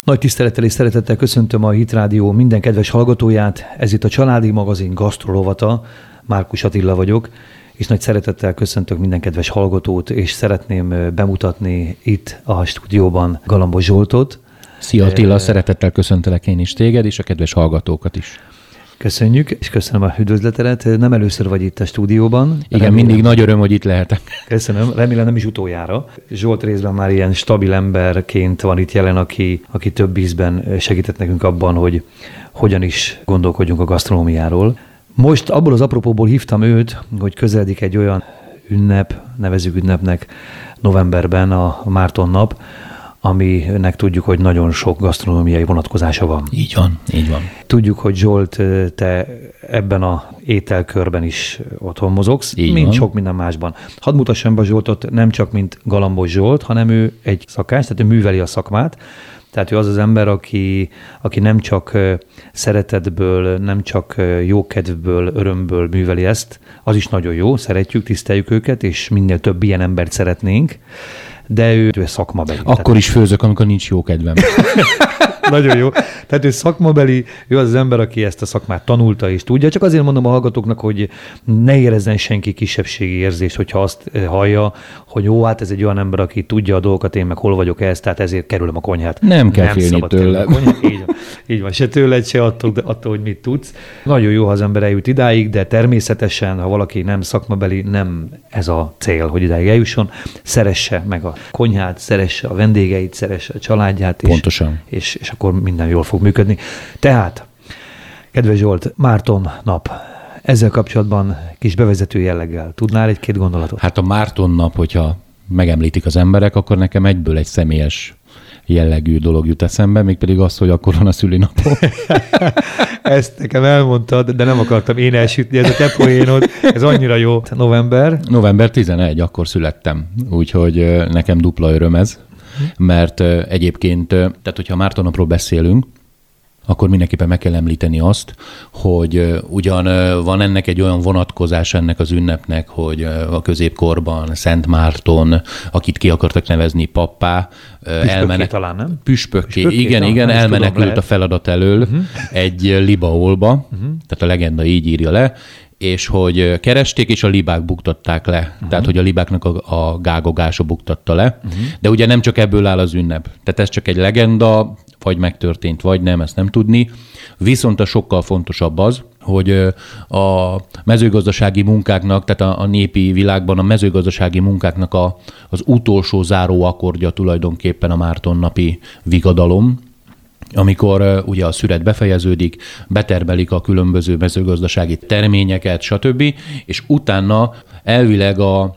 Nagy tisztelettel és szeretettel köszöntöm a Hit Rádió minden kedves hallgatóját. Ez itt a Családi Magazin gasztrorovata. Márkus Attila vagyok, és nagy szeretettel köszöntök minden kedves hallgatót, és szeretném bemutatni itt a stúdióban Galambos Zsoltot. Szia Attila, szeretettel köszöntelek én is téged, és a kedves hallgatókat is. Köszönjük, és köszönöm a üdvözletelet. Nem először vagy itt a stúdióban. Igen, mindig nagy öröm, hogy itt lehetek. Köszönöm, remélem nem is utoljára. Zsolt részben már ilyen stabil emberként van itt jelen, aki több ízben segített nekünk abban, hogy hogyan is gondolkodjunk a gasztronómiáról. Most abból az apropóból hívtam őt, hogy közeledik egy olyan ünnep, nevezzük ünnepnek novemberben a Márton nap, aminek tudjuk, hogy nagyon sok gasztronómiai vonatkozása van. Így van, így van. Tudjuk, hogy Zsolt, te ebben a ételkörben is otthon mozogsz, így mint van. sok minden másban. Hadd mutassam be Zsoltot nem csak mint Galambos Zsolt, hanem ő egy szakás, tehát ő műveli a szakmát. Tehát ő az az ember, aki nem csak szeretetből, nem csak jókedvből, örömből műveli ezt, az is nagyon jó, szeretjük, tiszteljük őket, és minél több ilyen embert szeretnénk, de ő szakmabeli. Akkor is főzök, amikor nincs jó kedvem. Nagyon jó. Tehát ő szakmabeli, ő az ember, aki ezt a szakmát tanulta és tudja. Csak azért mondom a hallgatóknak, hogy ne érezzen senki kisebbségi érzést, hogyha azt hallja, hogy jó, hát ez egy olyan ember, aki tudja a dolgokat, én meg hol vagyok ezt, tehát ezért kerülöm a konyhát. Nem kell félni tőle. Így van, se tőled, se attól, hogy mit tudsz. Nagyon jó, ha az ember eljut idáig, de természetesen, ha valaki nem szakmabeli, nem ez a cél, hogy idáig eljusson. Szeresse meg a konyhát, szeresse a vendégeit, szeresse a családját. Pontosan. És akkor minden jól fog működni. Tehát, kedves Zsolt, Márton nap. Ezzel kapcsolatban kis bevezető jelleggel tudnál egy-két gondolatot? Hát a Márton nap, hogyha megemlítik az emberek, akkor nekem egyből egy személyes jellegű dolog jut eszembe, mégpedig az, hogy akkor van a szülinapom. Ezt nekem elmondtad, de nem akartam én elsütni, ez a te poénod, ez annyira jó. November 11, akkor születtem, úgyhogy nekem dupla öröm ez, mert egyébként, tehát hogyha Márton napról beszélünk, akkor mindenképpen meg kell említeni azt, hogy ugyan van ennek egy olyan vonatkozás ennek az ünnepnek, hogy a középkorban Szent Márton, akit ki akartak nevezni pappá, talán, nem? Püspökké, igen, elmenekült a feladat elől egy libaolba, tehát a legenda így írja le, és hogy keresték, és a libák buktatták le. Tehát, hogy a libáknak a gágogása buktatta le. De ugye nem csak ebből áll az ünnep. Tehát ez csak egy legenda, vagy megtörtént, vagy nem, ezt nem tudni. Viszont a sokkal fontosabb az, hogy a mezőgazdasági munkáknak, tehát a népi világban a mezőgazdasági munkáknak az utolsó záró akkordja tulajdonképpen a Márton napi vigadalom, amikor ugye a szüret befejeződik, betermelik a különböző mezőgazdasági terményeket, stb., és utána elvileg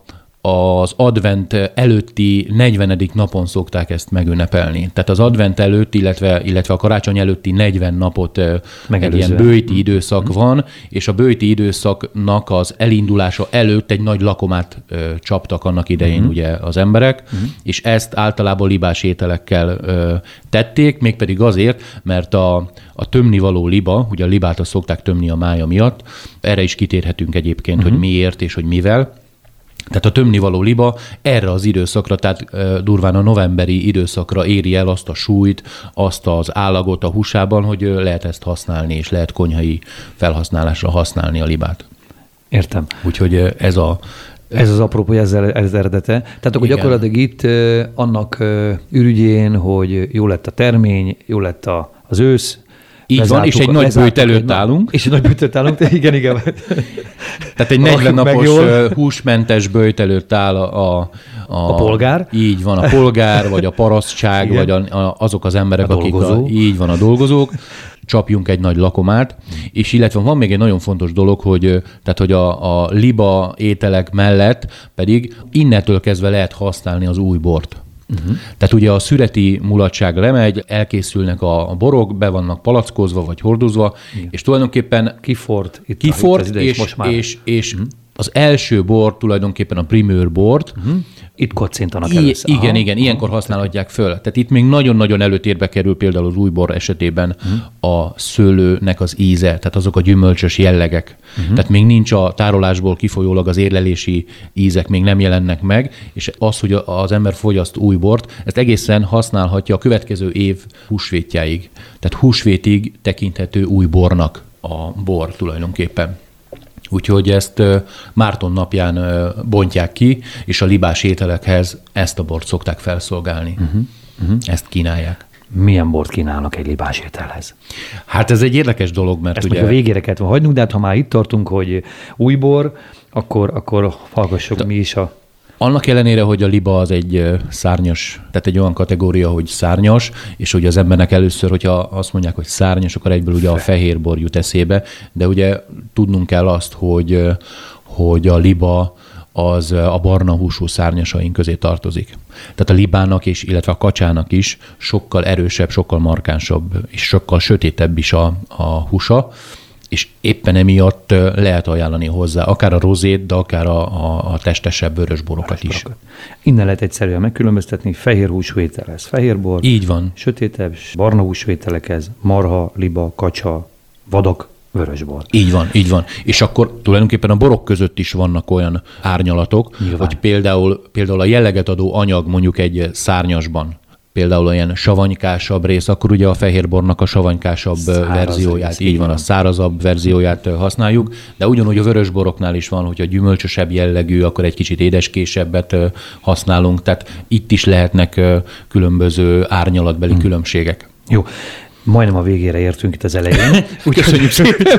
az advent előtti 40. napon szokták ezt megünnepelni. Tehát az advent előtt, illetve a karácsony előtti 40 napot egy ilyen böjti időszak van, és a böjti időszaknak az elindulása előtt egy nagy lakomát csaptak annak idején ugye az emberek, és ezt általában libás ételekkel tették, mégpedig azért, mert a tömnivaló liba, ugye a libát azt szokták tömni a mája miatt, erre is kitérhetünk egyébként, hogy miért és hogy mivel. Tehát a tömnivaló liba erre az időszakra, tehát durván a novemberi időszakra éri el azt a súlyt, azt az állagot a húsában, hogy lehet ezt használni, és lehet konyhai felhasználásra használni a libát. Értem. Úgyhogy ez az apropó, ez eredete. Tehát akkor gyakorlatilag itt annak ürügyén, hogy jó lett a termény, jó lett az ősz, így van, és egy nagy bőjt előtt állunk. És egy nagy bőjt előtt állunk, igen. Tehát egy 40 napos húsmentes bőjt előtt áll a polgár. Így van, a polgár, vagy a parasztság, vagy azok az emberek, akik így van, a dolgozók. Csapjunk egy nagy lakomát, és illetve van még egy nagyon fontos dolog, hogy a liba ételek mellett pedig innentől kezdve lehet használni az új bort. Tehát ugye a szüreti mulatság lemegy, elkészülnek a borok, be vannak palackozva vagy hordozva, és tulajdonképpen kifort és az első bor, tulajdonképpen a primőr bort, itt kocintanak először. Igen, ilyenkor használhatják föl. Tehát itt még nagyon-nagyon előtérbe kerül például az újbor esetében a szőlőnek az íze, tehát azok a gyümölcsös jellegek. Tehát még nincs a tárolásból kifolyólag az érlelési ízek még nem jelennek meg, és az, hogy az ember fogyaszt újbort, ezt egészen használhatja a következő év húsvétjáig. Tehát húsvétig tekinthető újbornak a bor tulajdonképpen. Úgyhogy ezt Márton napján bontják ki, és a libás ételekhez ezt a bort szokták felszolgálni. Ezt kínálják. Milyen bort kínálnak egy libás ételhez? Hát ez egy érdekes dolog, mert ezt ugye... a végére kellett hagynunk, de hát ha már itt tartunk, hogy új bor, akkor hallgassuk mi is a... Annak ellenére, hogy a liba az egy szárnyas, tehát egy olyan kategória, hogy szárnyas, és hogy az embernek először, hogyha azt mondják, hogy szárnyas, akkor egyből ugye a fehér bor jut eszébe, de ugye tudnunk kell azt, hogy a liba az a barna húsú szárnyasaink közé tartozik. Tehát a libának illetve a kacsának is sokkal erősebb, sokkal markánsabb és sokkal sötétebb is a húsa, és éppen emiatt lehet ajánlani hozzá akár a rozét, de akár a testesebb vörösborokat is. Innen lehet egyszerűen megkülönböztetni fehér húsú ételhez fehér bor, így van. Sötétebb, barna húsú ételekhez marha, liba, kacsa, vadak, vörösbor. Így van. És akkor tulajdonképpen a borok között is vannak olyan árnyalatok, nyilván, hogy például a jelleget adó anyag mondjuk egy szárnyasban, például olyan savanykásabb rész, akkor ugye a fehérbornak a savanykásabb verzióját, így van, a szárazabb verzióját használjuk, de ugyanúgy a vörösboroknál is van, hogyha gyümölcsösebb jellegű, akkor egy kicsit édeskésebbet használunk, tehát itt is lehetnek különböző árnyalatbeli különbségek. Jó. Majdnem a végére értünk itt az elején. Köszönjük szépen.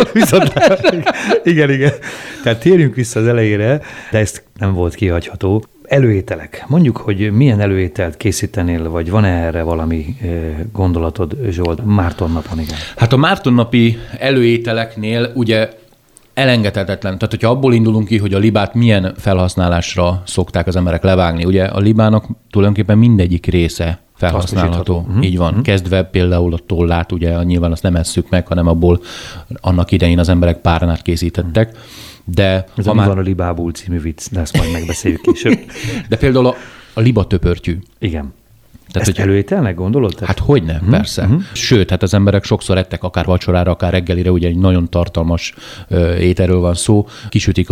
Igen. Tehát térjünk vissza az elejére, de ezt nem volt kihagyható. Előételek. Mondjuk, hogy milyen előételt készítenél, vagy van erre valami gondolatod, Zsolt, Márton napon, igen? Hát a Márton napi előételeknél ugye elengedhetetlen. Tehát, hogyha abból indulunk ki, hogy a libát milyen felhasználásra szokták az emberek levágni, ugye a libának tulajdonképpen mindegyik része felhasználható. Így van. Kezdve például a tollát, ugye nyilván azt nem esszük meg, hanem abból annak idején az emberek párnát készítettek. De ez van a libából című vicc, de ezt majd megbeszéljük később. De például a libatöpörtyű. Igen. Tehát, ezt előételnek gondolod? Hát hogyne, persze. Sőt, hát az emberek sokszor ettek akár vacsorára, akár reggelire, ugye egy nagyon tartalmas ételről van szó. Kisütik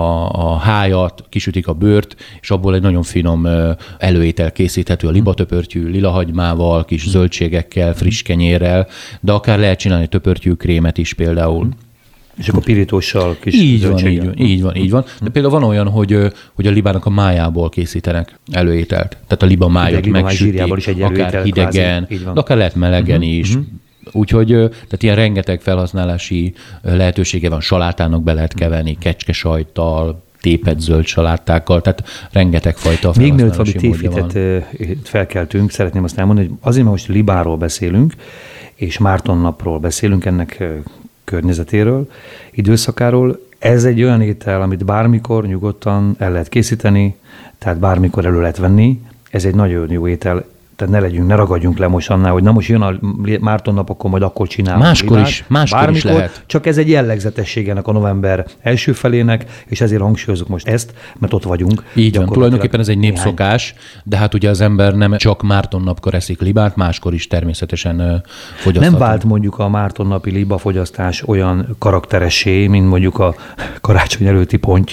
a hájat, kisütik a bőrt, és abból egy nagyon finom előétel készíthető a libatöpörtyű, lilahagymával, kis zöldségekkel, friss kenyérrel, de akár lehet csinálni töpörtyű krémet is például. És akkor pirítóssal kis így van. De például van olyan, hogy a libának a májából készítenek előételt. Tehát a liba májat megsütik, akár hidegen, de akár lehet melegen is. Úgyhogy tehát ilyen rengeteg felhasználási lehetősége van. Salátának be lehet keverni, kecskesajttal, tépett zöld salátákkal, tehát rengeteg fajta felhasználási módja van. Még mielőtt valami tévhitet felkeltünk, szeretném azt elmondani, hogy azért, mert most libáról beszélünk, és Márton napról beszélünk, ennek környezetéről, időszakáról. Ez egy olyan étel, amit bármikor nyugodtan el lehet készíteni, tehát bármikor elő lehet venni. Ez egy nagyon jó étel, tehát ne ragadjunk le most annál, hogy na most jön a Márton nap, akkor majd akkor csinálunk. Máskor is lehet. Csak ez egy jellegzetességenek a november első felének, és ezért hangsúlyozunk most ezt, mert ott vagyunk. Így van, tulajdonképpen ez egy népszokás, de hát ugye az ember nem csak Márton napkor eszik libát, máskor is természetesen fogyasztható. Nem vált mondjuk a Márton napi libafogyasztás olyan karakteressé, mint mondjuk a karácsony előtti ponty.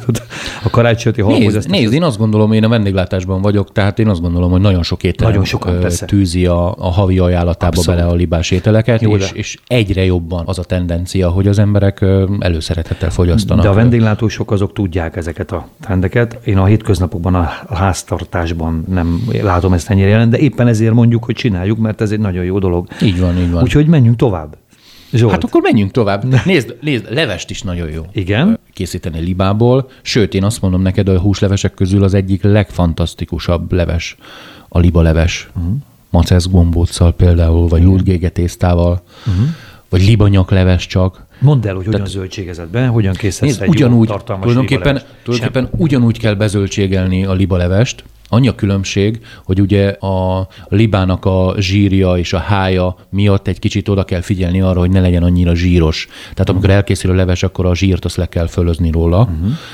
A karácsony előtti halfogyasztás. Nézd, én azt gondolom, én a vendéglátásban vagyok, tehát én azt gondolom, hogy nagyon sok étel tűzi a havi ajánlatába bele a libás ételeket, és egyre jobban az a tendencia, hogy az emberek előszeretettel fogyasztanak. De a vendéglátósok azok tudják ezeket a trendeket. Én a hétköznapokban, a háztartásban nem látom ezt ennyire jelen, de éppen ezért mondjuk, hogy csináljuk, mert ez egy nagyon jó dolog. Így van. Úgyhogy menjünk tovább. Zsolt. Hát akkor menjünk tovább. Nézd, levest is nagyon jó. Igen. Készíteni libából. Sőt, én azt mondom neked, a húslevesek közül az egyik legfantasztikusabb leves a libaleves. Macesz gombóccal például, vagy lúdgége tésztával, vagy libanyakleves csak. Mondd el, hogy hogyan zöldségezed be, hogyan készítesz egy jó tartalmas tulajdonképpen ugyanúgy kell bezöldségelni a libalevest, Annyi a különbség, hogy ugye a libának a zsírja és a hája miatt egy kicsit oda kell figyelni arra, hogy ne legyen annyira zsíros. Tehát amikor elkészül a leves, akkor a zsírt azt le kell fölözni róla,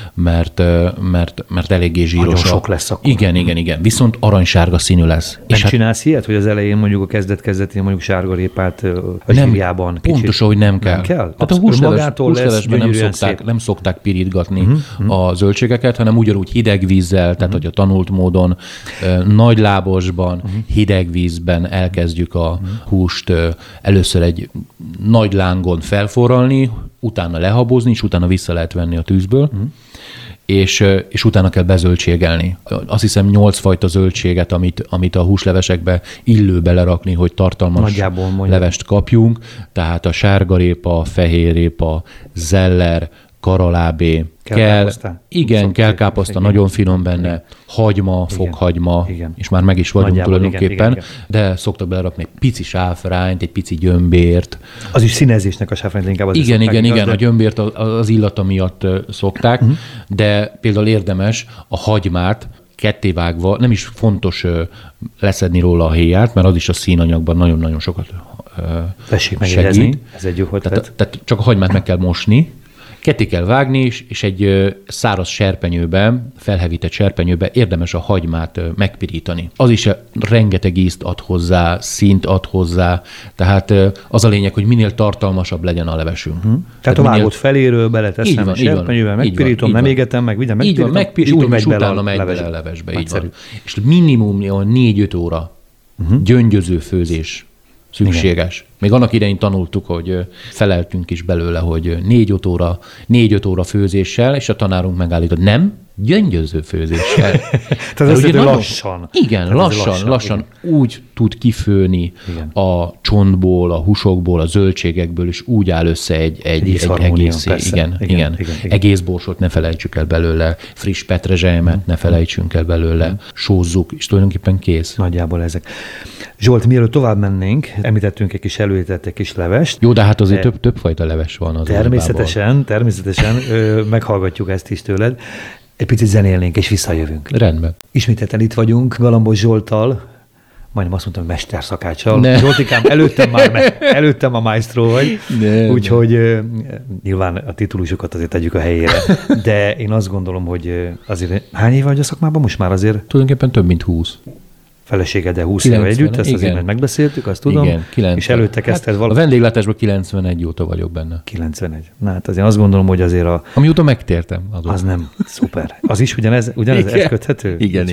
mert eléggé zsíros. Nagyon sok lesz akkor. Igen. Viszont aranysárga színű lesz. Nem csinálsz ilyet, hogy az elején mondjuk a kezdet-kezdetén mondjuk sárgarépát a zsírjában kicsit? Pontosan, hogy nem kell. Tehát a húslevesben nem szokták pirítgatni a zöldségeket, hanem ugyanúgy hideg vízzel, tehát hogy a tanult módon nagy lábosban, hideg vízben elkezdjük a húst először egy nagy lángon felforralni, utána lehabozni, és utána vissza lehet venni a tűzből, és utána kell bezöldségelni. Azt hiszem 8 fajta zöldséget, amit a húslevesekbe illő belerakni, hogy tartalmas levest kapjunk, tehát a sárgarépa, fehérrépa, zeller, karalábé, kell káposzta, nagyon finom benne, hagyma, fokhagyma, és már meg is vagyunk tulajdonképpen, de szoktak belerakni egy pici sáfrányt, egy pici gyömbért. Az is színezésnek a sáfrányt inkább az Igen, a gyömbért az illata miatt szokták, de például érdemes a hagymát kettévágva, nem is fontos leszedni róla a héját, mert az is a színanyagban nagyon-nagyon sokat segít. Ez egy jó ötlet. Tehát csak a hagymát meg kell mosni, ketté kell vágni, és egy száraz serpenyőben, felhevített serpenyőben érdemes a hagymát megpirítani. Az is rengeteg ízt ad hozzá, színt ad hozzá, tehát az a lényeg, hogy minél tartalmasabb legyen a levesünk. Tehát a vágott feléről beleteszem a serpenyőben, megpirítom, nem égetem meg, vigyem, megpirítom, és utána megy bele a levesbe. Így van. És minimum 4-5 óra gyöngyöző főzés szükséges. Igen. Még annak idején tanultuk, hogy feleltünk is belőle, hogy 4-5 óra főzéssel, és a tanárunk megállított, nem, gyöngyöző főzéssel. Tehát ez lassan. Igen, lassan úgy tud kifőni a csontból, a húsokból, a zöldségekből, és úgy áll össze egy egész. Igen. Egész borsot ne felejtsük el belőle, friss petrezselymet ne felejtsünk el belőle, sózzuk, és tulajdonképpen kész. Nagyjából ezek. Zsolt, mielőtt tovább mennénk, említettünk egy kis előételt, egy kis levest. Jó, de hát azért többfajta leves van az Természetesen meghallgatjuk ezt is tőled. Egy picit zenélnénk, és visszajövünk. Rendben. Ismételten itt vagyunk, Galambos Zsolttal, majdnem azt mondtam, mesterszakáccsal. Zsoltikám, előttem a maestro vagy, úgyhogy nyilván a titulusokat azért tegyük a helyére. De én azt gondolom, hogy azért hány éve vagy a szakmában? Most már azért? Tulajdonképpen több mint 20. Feleségeddel 20 éve együtt, ezt azért megbeszéltük, azt tudom. Igen, 90. És előtte kezdted a vendéglátásban 91 óta vagyok benne. 91. Na hát azért azt gondolom, hogy azért Amióta megtértem. Az nem. Szuper. Az is ugyanez köthető? Igen.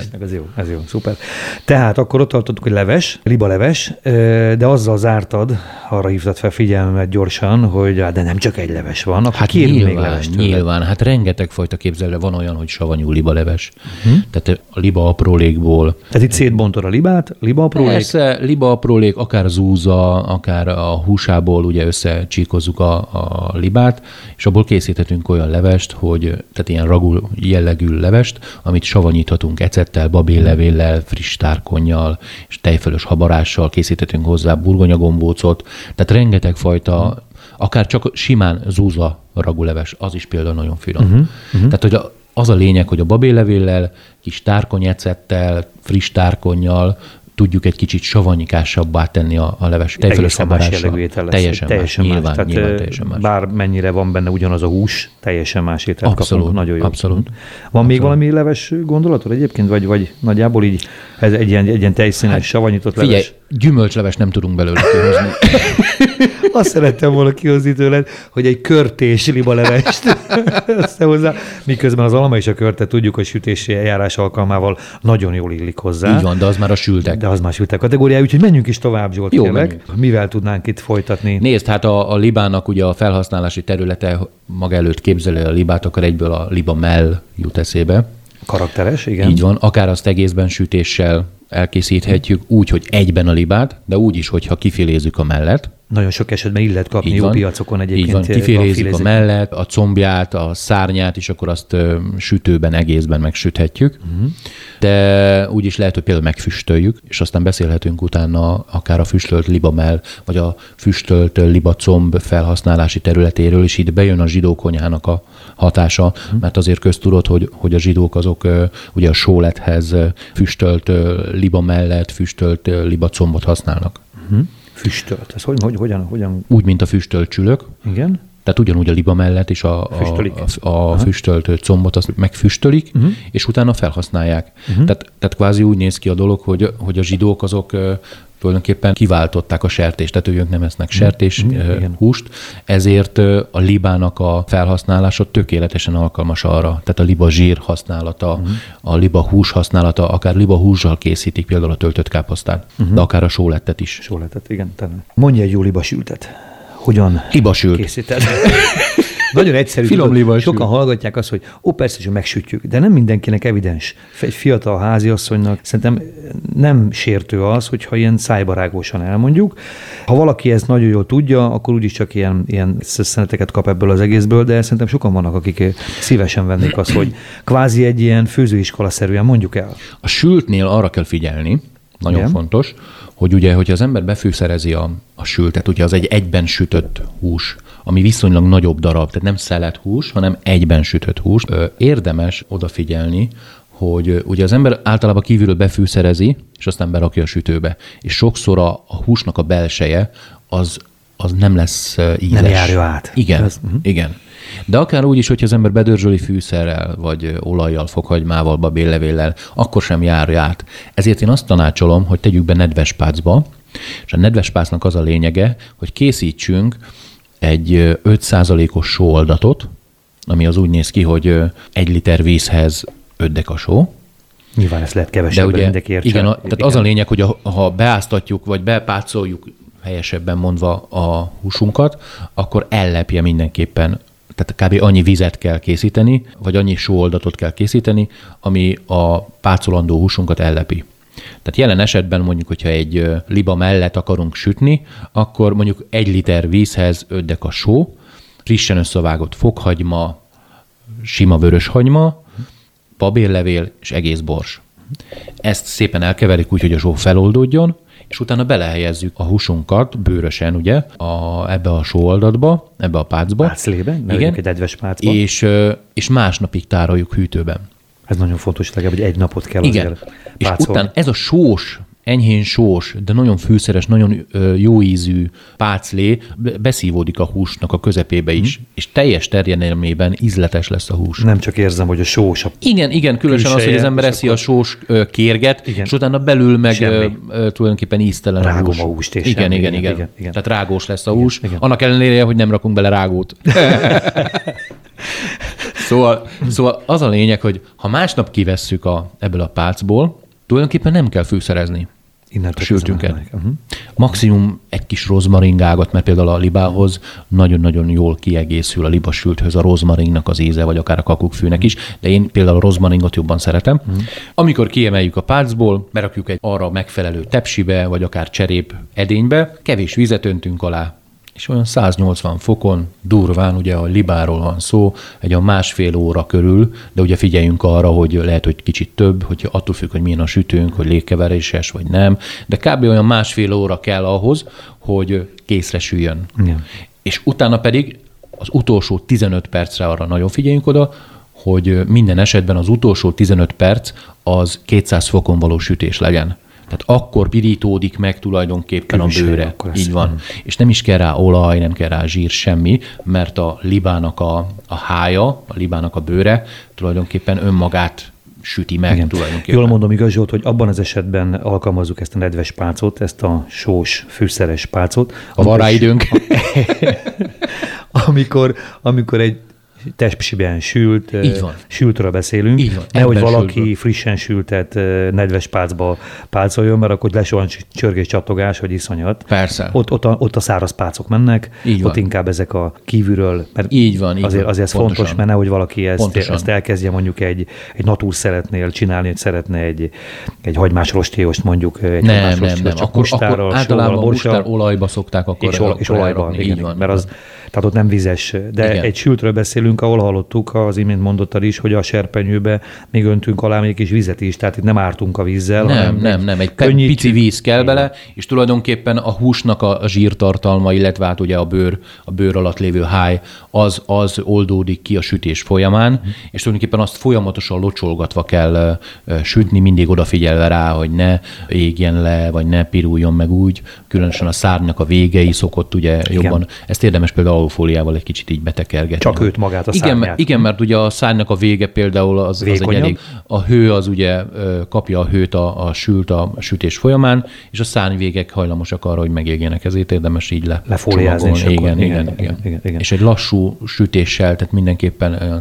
Ez jó, szuper. Tehát akkor ott tartottuk, hogy leves, libaleves, de azzal zártad, arra hívtad fel figyelmet gyorsan, hogy de nem csak egy leves van, akkor kérjünk még levest. Nyilván, hát rengeteg fajta képzelve van olyan, hogy savanyú libaleves. Tehát a liba aprólékból. Tehát itt szétbontod a libát, liba aprólék? Persze, liba aprólék, akár zúza, akár a húsából ugye összecsíkozzuk a libát, és abból készíthetünk olyan levest, tehát ilyen ragú jellegű levest, amit savanyíthatunk ecettel, babéllevéllel, friss tárkonnyal, és tejfölös habarással készíthetünk hozzá burgonyagombócot, tehát rengeteg fajta, akár csak simán zúza ragúleves, az is például nagyon finom. Tehát, hogy az a lényeg, hogy a babéllevéllel, kis tárkonyecettel, friss tárkonnyal tudjuk egy kicsit savanyikásabbá tenni a leves tejfölös habarással. Teljesen más. Nyilván teljesen más. Bár mennyire van benne ugyanaz a hús, teljesen más ételt kapunk. Nagyon jó. Abszolút. Van még valami leves gondolatod egyébként, vagy nagyjából így ez egy ilyen tejszínes, savanyított leves? Figyelj, gyümölcsleves nem tudunk belőle kihozni. Azt szerettem volna kihozni tőled, hogy egy körtés libalevest összehozzá, miközben az alma és a körte tudjuk, hogy sütési eljárás alkalmával nagyon jól illik hozzá. Így van, de az már a sültek. De az már sültek kategóriája, úgyhogy menjünk is tovább, Zsolt, kérlek. Mivel tudnánk itt folytatni? Nézd, hát a libának ugye a felhasználási területe maga előtt képzeli a libát, akkor egyből a liba mell jut eszébe. Karakteres, igen. Így van, akár azt egészben sütéssel elkészíthetjük úgy, hogy egyben a libát, de úgy is, hogyha kifilézzük a mellet. Nagyon sok esetben illet kapni jó piacokon egyébként. Így van, kifélézzük a mellet, a combját, a szárnyát, és akkor azt sütőben, egészben megsüthetjük. De úgy is lehet, hogy például megfüstöljük, és aztán beszélhetünk utána akár a füstölt libamell, vagy a füstölt libacomb felhasználási területéről, és itt bejön a zsidó konyhának a hatása, mert azért köztudott, hogy a zsidók azok ugye a sólethez füstölt libamellet, füstölt libacombot használnak. Füstölt. Ez hogyan? Úgy, mint a füstölt csülök. Igen. Tehát ugyanúgy a liba mellett is a füstölt combot azt megfüstölik, és utána felhasználják. Tehát kvázi úgy néz ki a dolog, hogy a zsidók azok tulajdonképpen kiváltották a sertést, tehát ők nem esznek sertés húst, ezért a libának a felhasználása tökéletesen alkalmas arra. Tehát a liba zsír használata, a liba hús használata, akár liba hússal készítik például a töltött káposztát, de akár a sólettet is. Sólettet, igen. Mondja egy jó libasültet. Hogyan készíted? Nagyon egyszerű. Sokan hallgatják azt, hogy persze, hogy megsütjük, de nem mindenkinek evidens. Egy fiatal háziasszonynak szerintem nem sértő az, hogyha ilyen szájbarágósan elmondjuk. Ha valaki ezt nagyon jól tudja, akkor úgyis csak ilyen szösszeneteket kap ebből az egészből, de szerintem sokan vannak, akik szívesen vennék azt, hogy kvázi egy ilyen főzőiskola-szerűen mondjuk el. A sültnél arra kell figyelni, nagyon fontos, hogy ugye, hogyha az ember befűszerezi a sültet, ugye az egy egyben sütött hús, ami viszonylag nagyobb darab, tehát nem szelet hús, hanem egyben sütött hús. Érdemes odafigyelni, hogy ugye az ember általában kívülről befűszerezi, és aztán berakja a sütőbe. És sokszor a húsnak a belseje az nem lesz ízes. Nem járja át. Igen. De akár úgy is, hogyha az ember bedörzsöli fűszerrel, vagy olajjal, fokhagymával, babérlevéllel, akkor sem járja át. Ezért én azt tanácsolom, hogy tegyük be nedves pácba, és a nedves pácnak az a lényege, hogy készítsünk egy 5%-os sóoldatot, ami az úgy néz ki, hogy 1 liter vízhez 5 deka só. Nyilván ezt lehet kevesebben, mindenki értse. Igen, tehát az a lényeg, hogy ha beáztatjuk, vagy bepácoljuk, helyesebben mondva a húsunkat, akkor ellepje mindenképpen. Tehát kb. Annyi vizet kell készíteni, vagy annyi sóoldatot kell készíteni, ami a pácolandó húsunkat ellepi. Tehát jelen esetben mondjuk, hogyha egy liba mellet akarunk sütni, akkor mondjuk 1 liter vízhez 5 deka só, frissen összevágott fokhagyma, sima vöröshagyma, babérlevél és egész bors. Ezt szépen elkeverik úgy, hogy a só feloldódjon, és utána belehelyezzük a húsunkat bőrösen, ugye, ebbe a sóoldatba, ebbe a pácba. Páclében? Igen. Egy nedves pácba. És másnapig tároljuk hűtőben. Ez nagyon fontos, legalább, hogy 1 napot kell azért pácolni. És utána ez a sós, enyhén sós, de nagyon fűszeres, nagyon jó ízű páclé beszívódik a húsnak a közepébe is, és teljes terjedelmében ízletes lesz a hús. Nem csak érzem, hogy a sós. Igen, különösen az, hogy az ember eszi a sós kérget, és utána belül meg tulajdonképpen íztelen rágom a hús. A húst Igen. Tehát rágós lesz a hús, annak ellenére, hogy nem rakunk bele rágót. Szóval az a lényeg, hogy ha másnap kivesszük ebből a pácból, tulajdonképpen nem kell fűszerezni a sültünket. Maximum egy kis rozmaringágat, mert például a libához nagyon-nagyon jól kiegészül a libasülthöz a rozmaringnak az íze, vagy akár a kakukkfűnek is, de én például a rozmaringot jobban szeretem. Amikor kiemeljük a pácból, berakjuk egy arra megfelelő tepsibe, vagy akár cserép edénybe, kevés vizet öntünk alá, és olyan 180 fokon, durván, ugye a libáról van szó, egy olyan 1,5 óra körül, de ugye figyeljünk arra, hogy lehet, hogy kicsit több, hogy attól függ, hogy milyen a sütőnk, hogy légkeveréses, vagy nem, de kb. Olyan 1,5 óra kell ahhoz, hogy készre süljön. Igen. És utána pedig az utolsó 15 percre arra nagyon figyeljünk oda, hogy minden esetben az utolsó 15 perc az 200 fokon való sütés legyen. Tehát akkor pirítódik meg tulajdonképpen a bőre. Így van. És nem is kell rá olaj, nem kell rá zsír, semmi, mert a libának a hája, a libának a bőre tulajdonképpen önmagát süti meg. Igen. Tulajdonképpen. Jól mondom, igaz, Zsolt, hogy abban az esetben alkalmazzuk ezt a nedves pácot, ezt a sós, fűszeres pácot. Ha van rá időnk. amikor egy testben sültről beszélünk. Nehogy valaki frissen sültet nedves pálcba pálcoljon, mert akkor lesz olyan csörgés csatogás, hogy iszonyat. Persze. Ott a száraz pálcok mennek, ott inkább ezek a kívülről, mert azért ez fontos, mert nehogy valaki ezt elkezdje mondjuk egy natúrszeretnél csinálni, hogy szeretne egy hagymás rostéost mondjuk, egy hagymás rostéost csak mustárral, általában mustár olajba szokták akkor és olajban, igen, mert az, tehát ott nem vizes. De igen. Egy sültről beszélünk, ahol hallottuk, az imént mondottad is, hogy a serpenyőbe még öntünk alá még kis vizet is, tehát itt nem ártunk a vízzel. Nem, egy pici víz kell bele, és tulajdonképpen a húsnak a zsírtartalma, illetve hát ugye a bőr alatt lévő háj, az oldódik ki a sütés folyamán, és tulajdonképpen azt folyamatosan locsolgatva kell sütni, mindig odafigyelve rá, hogy ne égjen le, vagy ne piruljon meg úgy, különösen a szárnynak a végei szokott ugye jobban. Ezt érdemes például alufóliával egy kicsit így betekergetni. Csak őt magát, a szárnyát. Igen, mert ugye a szárnynak a vége például az egy elég. A hő az ugye kapja a hőt a sütés folyamán, és a szárnyvégek hajlamosak arra, hogy megégjenek, ezért érdemes így lefóliázni. Igen. És egy lassú sütéssel, tehát mindenképpen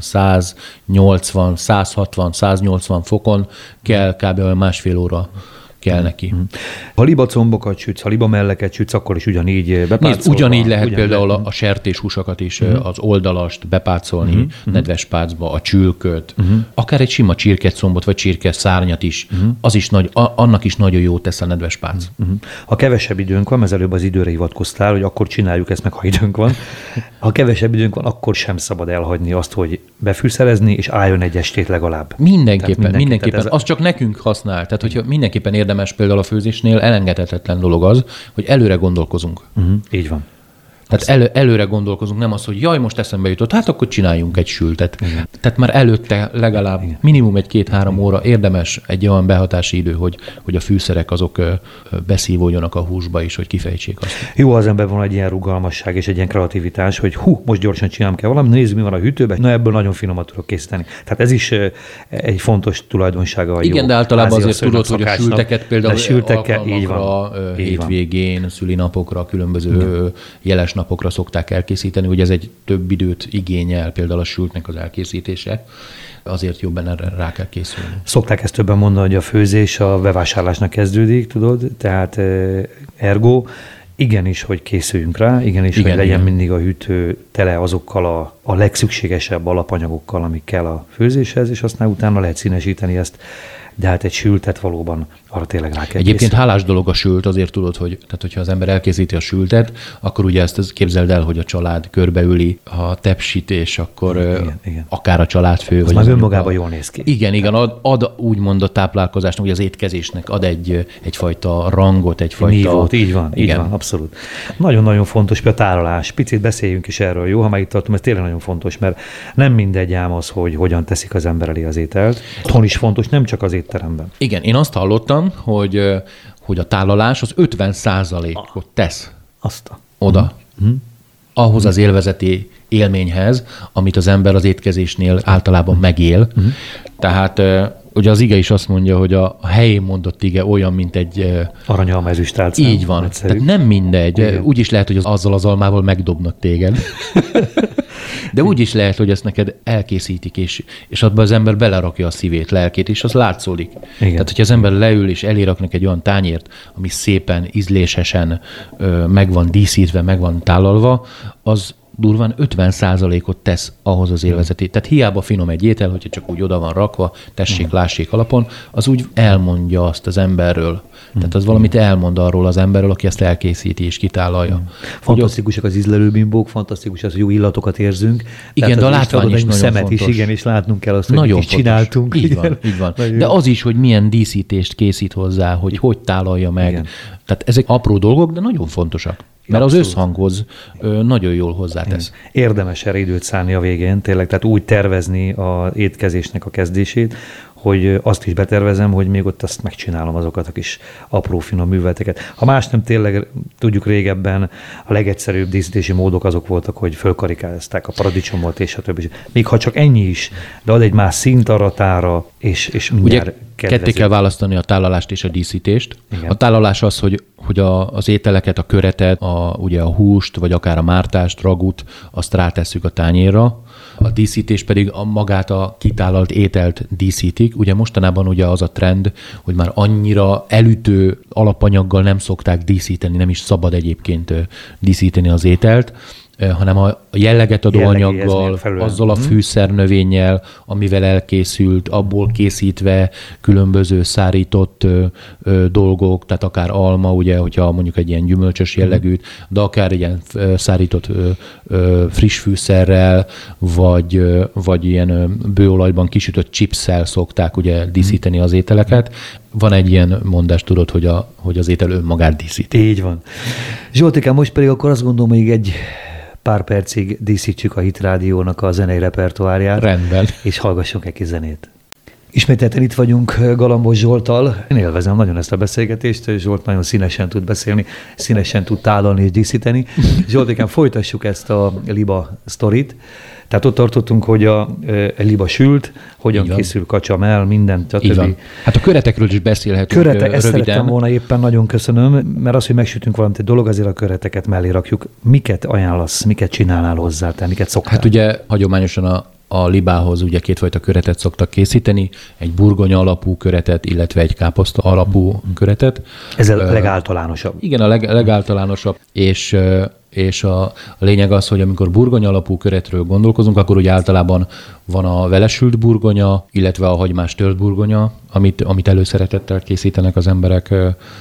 180, 160, 180 fokon kell kb. Másfél óra kell neki. Ha libacombokat sütsz, ha libamelleket sütsz, akkor is ugyanígy bepácolva. Ugyanígy lehet például a sertéshúsakat is, az oldalast bepácolni nedves pácba, a csülköt, akár egy sima csirkecombot, vagy csirke szárnyat is, az is annak is nagyon jó tesz a nedves pác. Ha kevesebb időnk van, mert előbb az időre hivatkoztál, hogy akkor csináljuk ezt meg, ha időnk van. Ha kevesebb időnk van, akkor sem szabad elhagyni azt, hogy befűszerezni, és álljon egy estét legalább. Mindenképpen. Az csak nekünk használ. Tehát, hogyha mindenképpen érdemes például a főzésnél, elengedhetetlen dolog az, hogy előre gondolkozunk. Így van. Tehát előre gondolkozunk, nem az, hogy jaj, most eszembe jutott, hát akkor csináljunk egy sültet. Igen. Tehát már előtte legalább minimum 1-2-3 óra érdemes egy olyan behatási idő, hogy a fűszerek azok beszívódjanak a húsba is, hogy kifejtsék azt. Jó, az ember van egy ilyen rugalmasság és egy ilyen kreativitás, hogy most gyorsan csinálom kell valamit, nézzük, mi van a hűtőben, na ebből nagyon finomat tudok készíteni. Tehát ez is egy fontos tulajdonsága a jó. Igen, de általában azért tudod, hogy a sülteket például alkalmakra, hétvégén, szülinapokra, különböző jeles napokra szokták elkészíteni, hogy ez egy több időt igényel, például a sültnek az elkészítése, azért jobban erre rá kell készülni. Szokták ezt többen mondani, hogy a főzés a bevásárlásnak kezdődik, tudod, tehát ergo igenis, hogy készüljünk rá, igenis, hogy legyen mindig a hűtő tele azokkal a legszükségesebb alapanyagokkal, amik kell a főzéshez, és aztán utána lehet színesíteni ezt, de hát egy sültet valóban arra tényleg rá kell Egyébként hálás dolog a sült, azért tudod, hogy tehát hogyha az ember elkészíti a sültet, akkor ugye ezt képzeld el, hogy a család körbeüli a tepsit, és akkor igen. Akár a családfő. Az már önmagában jól néz ki. Igen, ad úgymond a táplálkozásnak, vagy az étkezésnek ad egyfajta rangot, egyfajta... Nívót, így van, abszolút. Nagyon-nagyon fontos a tárolás. Picit beszéljünk is erről, jó? Ha már itt tartom, ez tényleg nagyon fontos, mert nem mindegy ám az, hogy hogyan teszik az ember elé az ételt. Otthon is fontos, nem csak az étteremben. Igen, én azt hallottam, hogy a tálalás az 50%-ot tesz oda. Ahhoz az élvezeti élményhez, amit az ember az étkezésnél általában megél. Tehát ugye az ige is azt mondja, hogy a helyén mondott ige olyan, mint egy... Aranyalma ezüstálcám. Így van. Tehát nem mindegy. Úgy is lehet, hogy azzal az almával megdobnak téged. De úgy is lehet, hogy ezt neked elkészítik, és abban az ember belerakja a szívét, lelkét, és az látszódik. Tehát, hogyha az ember leül, és eléraknak egy olyan tányért, ami szépen, ízlésesen meg van díszítve, meg van tálalva, az durván 50%-ot tesz ahhoz az élvezeti. Tehát hiába finom egy étel, hogyha csak úgy oda van rakva, tessék, lássék alapon, az úgy elmondja azt az emberről. Tehát az valamit elmond arról az emberről, aki ezt elkészíti és kitálalja. Fantasztikusak az ízlelőbimbók, fantasztikus az, hogy jó illatokat érzünk. Igen, de a látvány is nagyon szemet fontos. is, igen, és látnunk kell azt, hogy nagyon mit csináltunk. Így van. De az is, hogy milyen díszítést készít hozzá, hogy tálalja meg. Igen. Tehát ezek apró dolgok, de nagyon fontosak. Mert az összhanghoz nagyon jól hozzátesz. Érdemes erre időt szállni a végén, tényleg, tehát úgy tervezni az étkezésnek a kezdését, hogy azt is betervezem, hogy még ott azt megcsinálom, azokat a kis apró finom műveleteket. Ha más nem, tényleg tudjuk régebben a legegyszerűbb díszítési módok azok voltak, hogy fölkarikázták a paradicsomot és a többi. Még ha csak ennyi is, de ad egy más szint arra tára, és mindjárt kedvező. Ketté kell választani a tálalást és a díszítést. Igen. A tálalás az, hogy az ételeket, a köretet, ugye a húst, vagy akár a mártást, ragut, azt rátesszük a tányérra. A díszítés pedig magát a kitálalt ételt díszítik. Ugye mostanában ugye az a trend, hogy már annyira elütő alapanyaggal nem szokták díszíteni, nem is szabad egyébként díszíteni az ételt, hanem a jelleget adó anyaggal, azzal a fűszernövénnyel, amivel elkészült, abból készítve különböző szárított dolgok, tehát akár alma, ugye, hogyha mondjuk egy ilyen gyümölcsös jellegűt, de akár ilyen szárított friss fűszerrel, vagy ilyen bőolajban kisütött chipsszel szokták ugye díszíteni az ételeket. Van egy ilyen mondás, tudod, hogy az étel önmagát díszíti. Így van. Zsoltikám, most pedig akkor azt gondolom, hogy egy pár percig díszítsük a Hit Rádiónak a zenei repertoárját. Rendben. És hallgassunk egy kis zenét. Ismételten itt vagyunk Galambos Zsolttal. Én élvezem nagyon ezt a beszélgetést. Zsolt nagyon színesen tud beszélni, színesen tud tálalni és díszíteni. Zsoltikán, folytassuk ezt a liba sztorit. Tehát ott tartottunk, hogy a liba sült, hogyan készül kacsamel, minden, stb. Hát a köretekről is beszélhetünk röviden. Ezt szerettem volna éppen, nagyon köszönöm, mert az, hogy megsütünk valamit egy dolog, azért a köreteket mellé rakjuk. Miket ajánlasz, miket csinálnál hozzá, te miket szoktál? Hát ugye hagyományosan a libához ugye kétfajta köretet szoktak készíteni, egy burgonya alapú köretet, illetve egy káposzta alapú köretet. Ez a legáltalánosabb. Igen, a legáltalánosabb, és a lényeg az, hogy amikor burgonya alapú köretről gondolkozunk, akkor ugye általában van a velesült burgonya, illetve a hagymás tört burgonya, amit előszeretettel készítenek az emberek.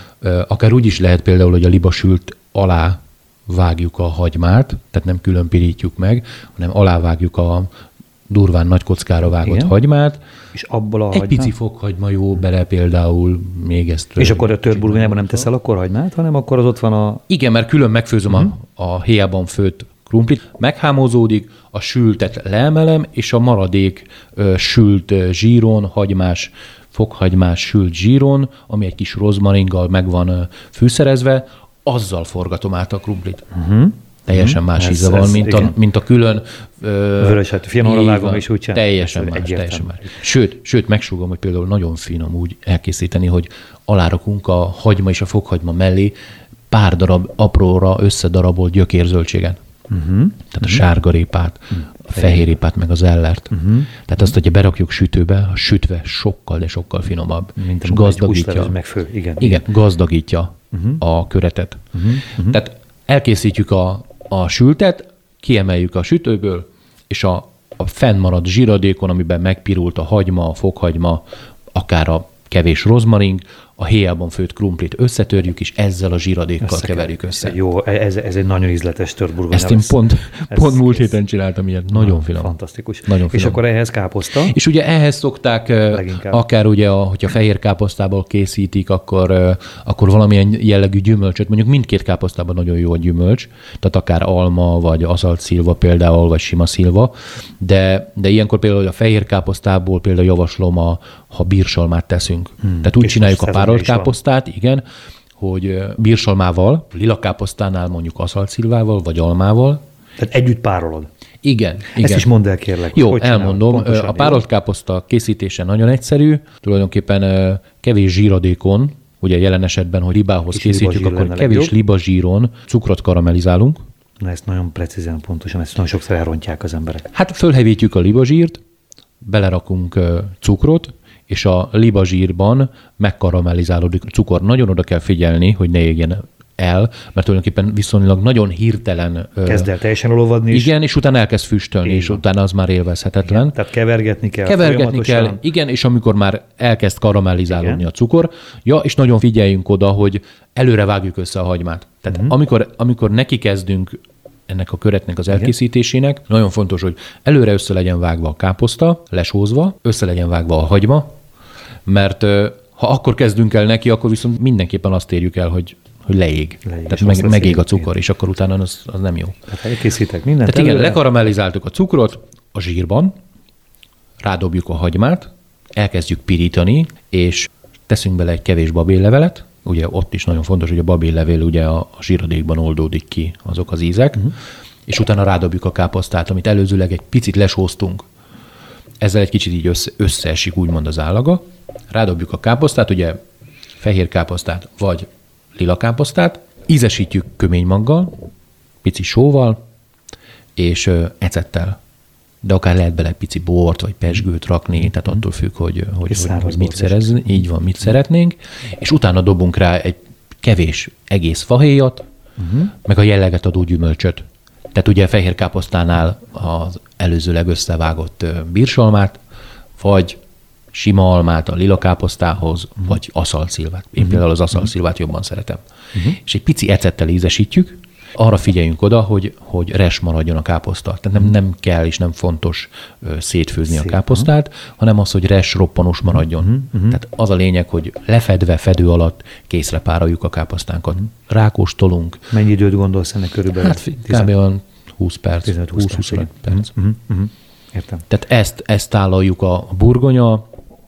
Akár úgy is lehet például, hogy a libasült alá vágjuk a hagymát, tehát nem külön pirítjuk meg, hanem alávágjuk a durván nagy kockára vágott hagymát. És abból egy pici fokhagyma jó bele például még ezt. És akkor a tört burgonyában nem teszel akkor hagymát, hanem akkor az ott van a... Igen, mert külön megfőzöm a héjában főtt krumplit, meghámozódik, a sültet leemelem, és a maradék sült zsíron, hagymás, fokhagymás sült zsíron, ami egy kis rozmaringgal meg van fűszerezve, azzal forgatom át a krumplit. Teljesen más íze van, mint a külön... Vöröshagyma, finomra vágom, és úgy sem. Teljesen más. Sőt, megsúgom, hogy például nagyon finom úgy elkészíteni, hogy alárakunk a hagyma és a fokhagyma mellé pár darab apróra összedarabolt gyökérzöldséget. Tehát a sárgarépát, a fehérrépát, meg az ellert. Tehát azt, hogyha berakjuk sütőbe, a sütve sokkal, de sokkal finomabb. Mint és gazdagítja. Igen, gazdagítja a köretet. Tehát elkészítjük a sültet, kiemeljük a sütőből, és a fennmaradt zsíradékon, amiben megpirult a hagyma, a fokhagyma, akár a kevés rozmaring, a héjában főtt krumplit összetörjük, és ezzel a zsíradékkal keverjük össze. Jó, ez egy nagyon ízletes törburgonya. Ezt én pont múlt héten csináltam ilyet. Nagyon finom. Fantasztikus. Nagyon finom. És akkor ehhez káposzta? És ugye ehhez szokták, akár ugye, hogyha fehér káposztából készítik, akkor valamilyen jellegű gyümölcsöt, mondjuk mindkét káposztában nagyon jó a gyümölcs, tehát akár alma, vagy aszalt szilva például, vagy sima szilva, de ilyenkor például a fehér káposztából például javaslom, ha bírsalmát teszünk. Tehát úgy csináljuk a párolt káposztát, igen, hogy bírsalmával, lilakáposztánál mondjuk aszaltszilvával, vagy almával. Tehát együtt párolod. Igen. Ezt is mondd el, kérlek. Jó, elmondom. A párolt káposzta készítése nagyon egyszerű. Tulajdonképpen kevés zsíradékon, ugye jelen esetben, hogy libához készítjük, akkor kevés libazsíron cukrot karamellizálunk. Na ezt nagyon precízen, pontosan, ezt nagyon sokszor elrontják az emberek. Hát fölhevítjük a libazsírt, belerakunk cukrot, és a libazsírban megkaramellizálódik a cukor. Nagyon oda kell figyelni, hogy ne égjen el, mert tulajdonképpen viszonylag nagyon hirtelen... Kezd el teljesen olvadni. Igen, és utána elkezd füstölni, és utána az már élvezhetetlen. Igen, tehát kevergetni kell. Igen, és amikor már elkezd karamellizálódni a cukor, és nagyon figyeljünk oda, hogy előre vágjuk össze a hagymát. Tehát amikor neki kezdünk ennek a köretnek az elkészítésének, nagyon fontos, hogy előre össze legyen vágva a káposzta, lesózva, össze legyen vágva a hagyma, mert ha akkor kezdünk el neki, akkor viszont mindenképpen azt érjük el, hogy leég. Tehát megég a cukor, és akkor utána az nem jó. Tehát elkészítek mindent. Tehát igen, lekaramellizáltuk a cukrot a zsírban, rádobjuk a hagymát, elkezdjük pirítani, és teszünk bele egy kevés babéllevelet. Ugye ott is nagyon fontos, hogy a babéllevél ugye a zsíradékban oldódik ki azok az ízek, és utána rádobjuk a káposztát, amit előzőleg egy picit lesóztunk. Ezzel egy kicsit így összeesik úgymond az állaga. Rádobjuk a káposztát, ugye fehér káposztát, vagy lilakáposztát, ízesítjük köménymaggal, pici sóval és ecettel. De akár lehet bele pici bort, vagy pezsgőt rakni, tehát attól függ, hogy mit szerezni, így van, mit szeretnénk, és utána dobunk rá egy kevés egész fahéjat, meg a jelleget adó gyümölcsöt. Tehát ugye a fehér káposztánál az előzőleg összevágott bírsalmát, vagy sima almát a lila káposztához, vagy aszalszilvát. Én például az aszalszilvát jobban szeretem. És egy pici ecettel ízesítjük, arra figyeljünk oda, hogy res maradjon a káposzta. Tehát nem kell és nem fontos szétfőzni a káposztát, hanem az, hogy res roppanós maradjon. Tehát az a lényeg, hogy lefedve, fedő alatt készre pároljuk a káposztánkat. Rákóstolunk. Mennyi időt gondolsz ennek körülbelül? Hát kb. Olyan 20 perc. 20-25 perc. Értem. Tehát ezt tálaljuk a burgonya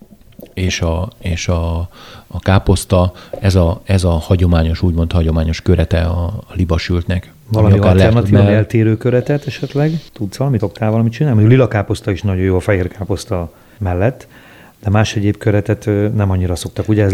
és a káposzta, ez a hagyományos, úgymond hagyományos körete a libasültnek. Valami alternatív, eltérő köretet esetleg? Tudsz valamit, szoktál valamit csinálni? A lila káposzta is nagyon jó a fehér káposzta mellett, de más egyéb köretet nem annyira szoktak. Ugye ez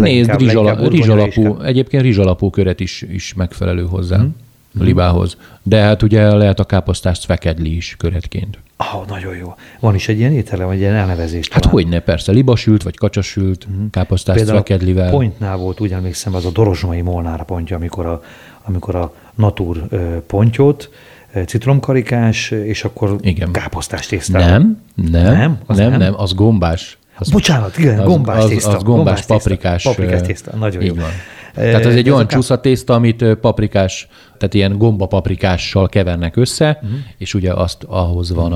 egyébként rizsalapú köret is megfelelő hozzá a libához. De hát ugye lehet a káposztást fekedli is köretként. Nagyon jó. Van is egy ilyen étele, vagy ilyen elnevezés? Hát hogyne, persze. Libasült, vagy kacsasült, káposztást fekedlivel. Például a pontnál volt, úgy emlékszem, az a Dorozsmai Molnár pontja, amikor a Natur pontyot, citromkarikás, és akkor káposztás tésztával. Nem, az gombás. Bocsánat, igen, gombás tészta. Az gombás paprikás. Paprikás tészta, nagyon jó. Tehát ez egy olyan csúsza tészta, amit paprikás, tehát ilyen gombapaprikással kevernek össze, és ugye ahhoz van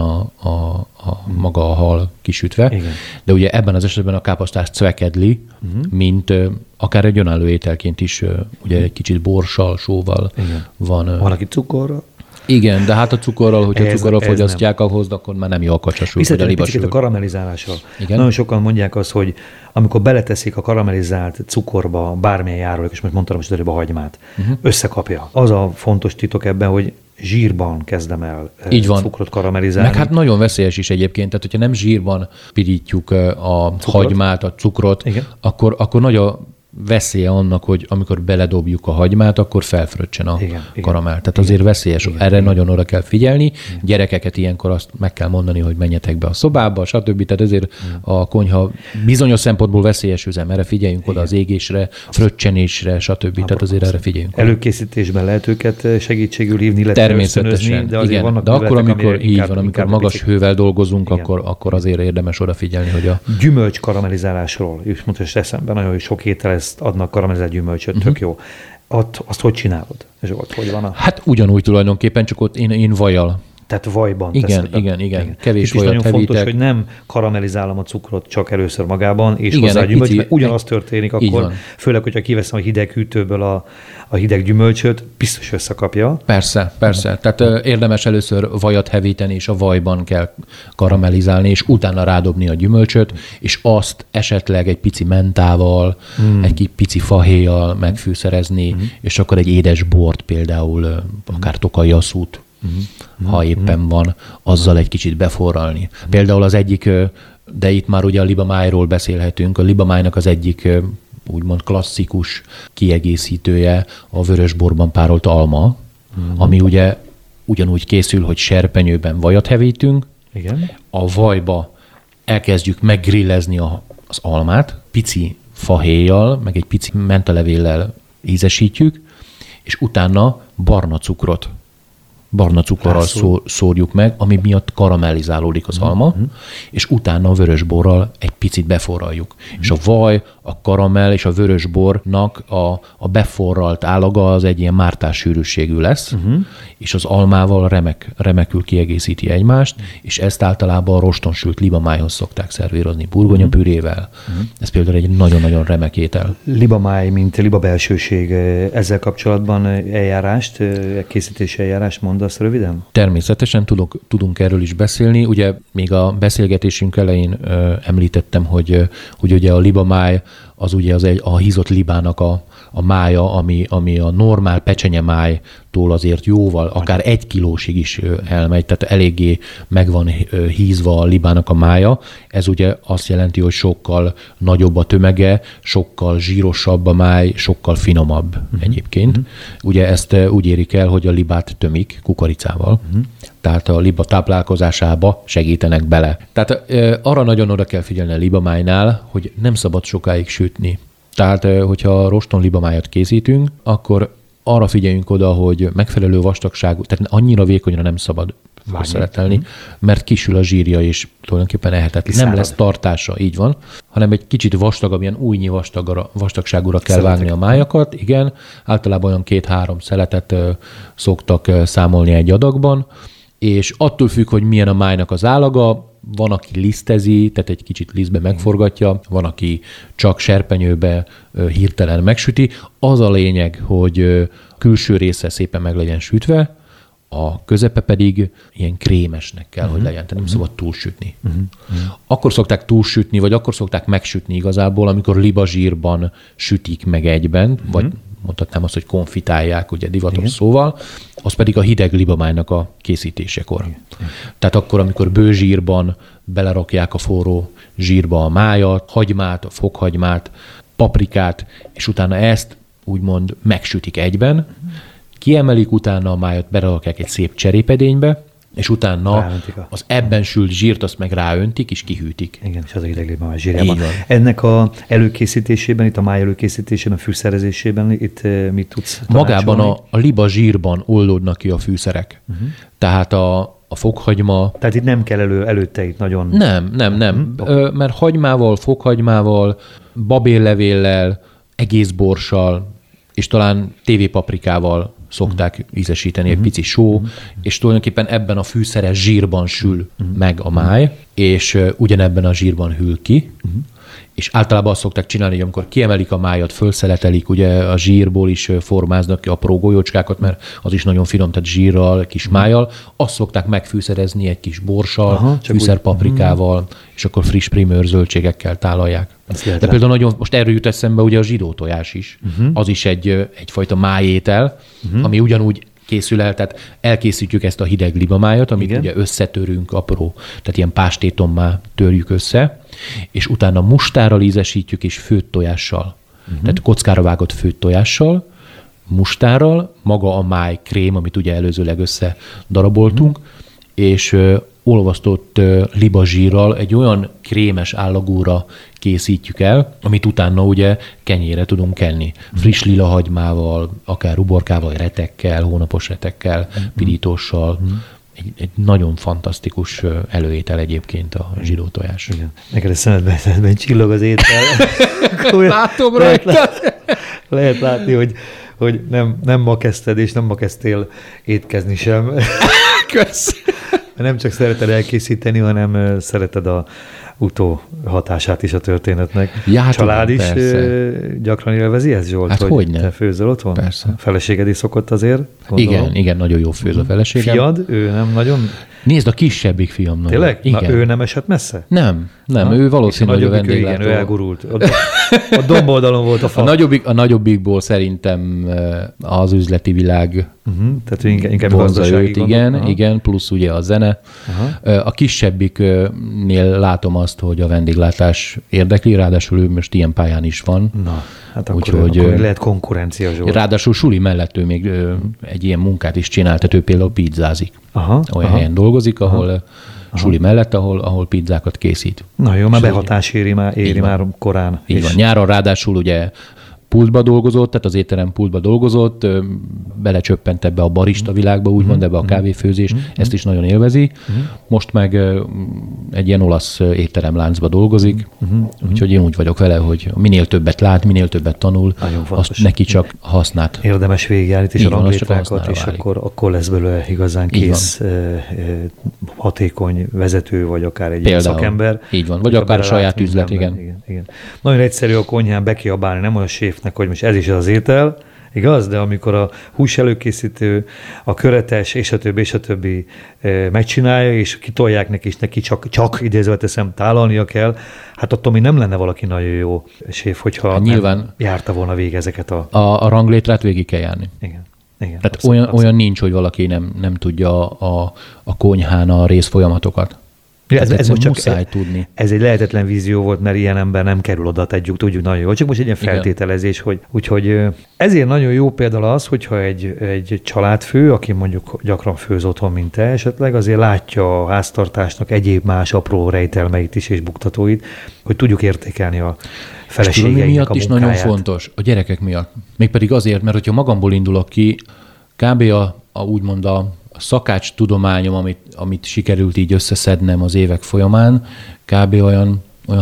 maga a hal kisütve. Igen. De ugye ebben az esetben a káposztás cvekedli, mint akár egy önálló ételként is, ugye egy kicsit borssal, sóval van. Van, aki cukorral. Igen, de hát a cukorral, hogyha cukorral fogyasztják ahhoz, akkor már nem jó a kacsasült, vagy a libasült. A karamellizálásra. Nagyon sokan mondják azt, hogy amikor beleteszik a karamellizált cukorba bármilyen járulék, és most mondtam, hogy előbb a hagymát, összekapja. Az a fontos titok ebben, hogy zsírban kezdem el cukrot karamellizálni. Meg hát nagyon veszélyes is egyébként, tehát hogyha nem zsírban pirítjuk a hagymát, a cukrot, akkor nagy a veszélye annak, hogy amikor beledobjuk a hagymát, akkor felfröccsen a karamell. Tehát azért veszélyes. Erre nagyon oda kell figyelni. Gyerekeket ilyenkor azt meg kell mondani, hogy menjetek be a szobába, stb. Tehát ezért a konyha bizonyos szempontból veszélyes üzem. Erre figyeljünk oda az égésre, fröccsenésre, stb. Tehát azért erre figyeljünk. Előkészítésben lehet őket segítségül hívni, illetve természetesen. De azért vannak akkor, amikor magas hővel dolgozunk, akkor azért érdemes odafigyelni, hogy a gyümölcs karamellizálásról is mondta, eszembe nagyon sok étel ezt adnak karamellizált gyümölcsöt, tök jó. Azt hogy csinálod, Zsolt? Hogy van Hát ugyanúgy tulajdonképpen, csak ott én vajjal. Tehát vajban teszed. Igen. Kevés vajat nagyon fontos, hogy nem karamellizálom a cukrot csak először magában, és hozzá a gyümölcs, mert ugyanaz történik akkor, főleg, hogyha kiveszem a hideg hűtőből a hideg gyümölcsöt, biztos összekapja. Persze. Tehát érdemes először vajat hevíteni, és a vajban kell karamellizálni, és utána rádobni a gyümölcsöt, és azt esetleg egy pici mentával, egy pici fahéjjal megfűszerezni, és akkor egy édes bort például, akár tokajasszút, ha éppen van, azzal egy kicsit beforralni. Például az egyik, de itt már ugye a libamájról beszélhetünk, a libamájnak az egyik úgymond klasszikus kiegészítője a vörösborban párolt alma, ami ugye ugyanúgy készül, hogy serpenyőben vajat hevítünk, a vajba elkezdjük meggrillezni az almát, pici fahéjjal, meg egy pici mentalevéllel ízesítjük, és utána barna cukorral szórjuk meg, ami miatt karamellizálódik az alma, és utána a vörösborral egy picit beforraljuk. És a vaj, a karamell és a vörösbornak a beforralt állaga az egy ilyen mártás sűrűségű lesz, és az almával remekül kiegészíti egymást, és ezt általában a rostonsült libamájhoz szokták szervírozni, burgonyapürével. Ez például egy nagyon-nagyon remek étel. Libamáj, mint libabelsőség, ezzel kapcsolatban eljárást, készítési eljárást mondasz röviden? Természetesen tudunk erről is beszélni. Ugye még a beszélgetésünk elején említettem, hogy ugye a libamáj az ugye a hízott libának a a mája, ami a normál pecsenyemájtól azért jóval, akár 1 kilósig is elmegy, tehát eléggé meg van hízva a libának a mája. Ez ugye azt jelenti, hogy sokkal nagyobb a tömege, sokkal zsírosabb a máj, sokkal finomabb egyébként. Ugye ezt úgy érik el, hogy a libát tömik kukoricával. Tehát a liba táplálkozásába segítenek bele. Tehát arra nagyon oda kell figyelni a libamájnál, hogy nem szabad sokáig sütni. Tehát, hogyha roston libamájat készítünk, akkor arra figyeljünk oda, hogy megfelelő vastagságú, tehát annyira vékonyra nem szabad szeretelni, mert kisül a zsírja, és tulajdonképpen ehetetlen. Nem lesz tartása, így van, hanem egy kicsit vastagabb, ilyen újnyi vastagságúra kell vágni a májakat. Igen, általában olyan 2-3 szeletet szoktak számolni egy adagban, és attól függ, hogy milyen a májnak az állaga, van, aki lisztezi, tehát egy kicsit lisztbe megforgatja, van, aki csak serpenyőbe hirtelen megsüti. Az a lényeg, hogy külső része szépen meg legyen sütve, a közepe pedig ilyen krémesnek kell, hogy legyen, tehát nem szabad túlsütni. Akkor szokták túlsütni, vagy akkor szokták megsütni igazából, amikor libazsírban sütik meg egyben, vagy mondhatnám azt, hogy konfitálják, ugye divatos szóval, az pedig a hideg libamájnak a készítésekor. Tehát akkor, amikor bőzsírban belerakják a forró zsírba a májat, hagymát, a fokhagymát, paprikát, és utána ezt úgymond megsütik egyben, kiemelik utána a májat, belerakják egy szép cserépedénybe, és utána az ebben sült zsírt azt meg ráöntik, és kihűtik. Igen, és az a hideg libamáj zsírjában. Ennek a előkészítésében, itt a máj előkészítésében, fűszerezésében, itt mit tudsz tanácsolni? Magában a liba zsírban oldódnak ki a fűszerek. Tehát a fokhagyma... Tehát itt nem kell előtte itt nagyon... Nem. Mert hagymával, fokhagymával, babérlevéllel, egész borssal, és talán tévépaprikával szokták ízesíteni, egy pici só, és tulajdonképpen ebben a fűszeres zsírban sül meg a máj, és ugyanebben a zsírban hűl ki, és általában azt szokták csinálni, hogy amikor kiemelik a májat, fölszeletelik, ugye a zsírból is formáznak ki apró golyócskákat, mert az is nagyon finom, tehát zsírral, kis májjal, azt szokták megfűszerezni egy kis borssal, fűszerpaprikával, és akkor friss primőr zöldségekkel tálalják. De például nagyon, most erről jut eszembe ugye a zsidótojás is. Az is egyfajta májétel, ami ugyanúgy készül el, tehát elkészítjük ezt a hideg libamájat, amit ugye összetörünk apró, tehát ilyen pástétommá törjük össze, és utána mustárral ízesítjük és főtt tojással. Tehát kockára vágott főtt tojással, mustárral, maga a máj krém, amit ugye előzőleg összedaraboltunk, és olvasztott libazsírral egy olyan krémes állagúra készítjük el, amit utána ugye kenyére tudunk kenni. Friss lilahagymával, akár uborkával, retekkel, hónapos retekkel, pirítóssal. Egy nagyon fantasztikus előétel egyébként a zsidótojás. Igen. Neked a szemedben csillog az étel. Látom rajta. Lehet látni, hogy nem ma kezdted, és nem ma kezdtél étkezni sem. Kösz. Nem csak szereted elkészíteni, hanem szereted a utóhatását is a történetnek. Ja, család is gyakran élvezi ezt, Zsolt? Hát hogy te főzöl otthon? Persze. A feleséged is szokott azért? Gondolom. Igen, nagyon jó főz a feleségem. Fiad, ő nem nagyon... Nézd, a kisebbik fiam nagyon. Tényleg? Igen. Na, ő nem esett messze? Nem, ő valószínűleg a vendéglátó. Igen, ő elgurult. A domboldalon volt a fa. A nagyobbikból szerintem az üzleti világ tehát inkább gazdasági őt, igen, plusz ugye a zene. A kisebbiknél látom azt, hogy a vendéglátás érdekli, ráadásul ő most ilyen pályán is van. Na, hát akkor lehet konkurencia, Zsolt. Ráadásul suli mellett ő még egy ilyen munkát is csinál, tehát ő például pizzázik. Olyan helyen dolgozik, ahol suli mellett, ahol pizzákat készít. Na jó, már behatás éri már korán. Így van. Nyáron ráadásul ugye pultba dolgozott, tehát az étterem pultba dolgozott, belecsöppent ebbe a barista világba, úgymond ebbe a kávéfőzés, ezt is nagyon élvezi. Most meg egy ilyen olasz étteremláncba dolgozik, úgyhogy én úgy vagyok vele, hogy minél többet lát, minél többet tanul, azt neki csak hasznát. Érdemes végigjárni is a ranglétrákat, és akkor lesz belőle igazán kész, hatékony vezető, vagy akár egy szakember. Így van, vagy akár saját üzlet, igen. Nagyon egyszerű a konyhán bekiabálni, nem olyan séfnek, hogy most ez is az étel, igaz? De amikor a hús előkészítő, a köretes, és a többi megcsinálja, és kitolják neki, és neki csak idézve teszem, tálalnia kell, hát attól még nem lenne valaki nagyon jó séf, hogyha nyilván nem járta volna végig ezeket a ranglétrát végig kell járni. Igen. Igen, tehát olyan nincs, hogy valaki nem tudja a konyhán a részfolyamatokat. Ez most csak muszáj tudni. Ez egy lehetetlen vízió volt, mert ilyen ember nem kerül oda, tudjuk nagyon jól. Csak most egy ilyen feltételezés, hogy úgyhogy ezért nagyon jó például az, hogyha egy családfő, aki mondjuk gyakran főz otthon, mint te esetleg, azért látja a háztartásnak egyéb más apró rejtelmeit is és buktatóit, hogy tudjuk értékelni a feleségeinek miatt a is munkáját. nagyon fontos, a gyerekek miatt. Mégpedig azért, mert hogyha magamból indulok ki, kb. Úgymond a szakács tudományom, amit sikerült így összeszednem az évek folyamán, kb. olyan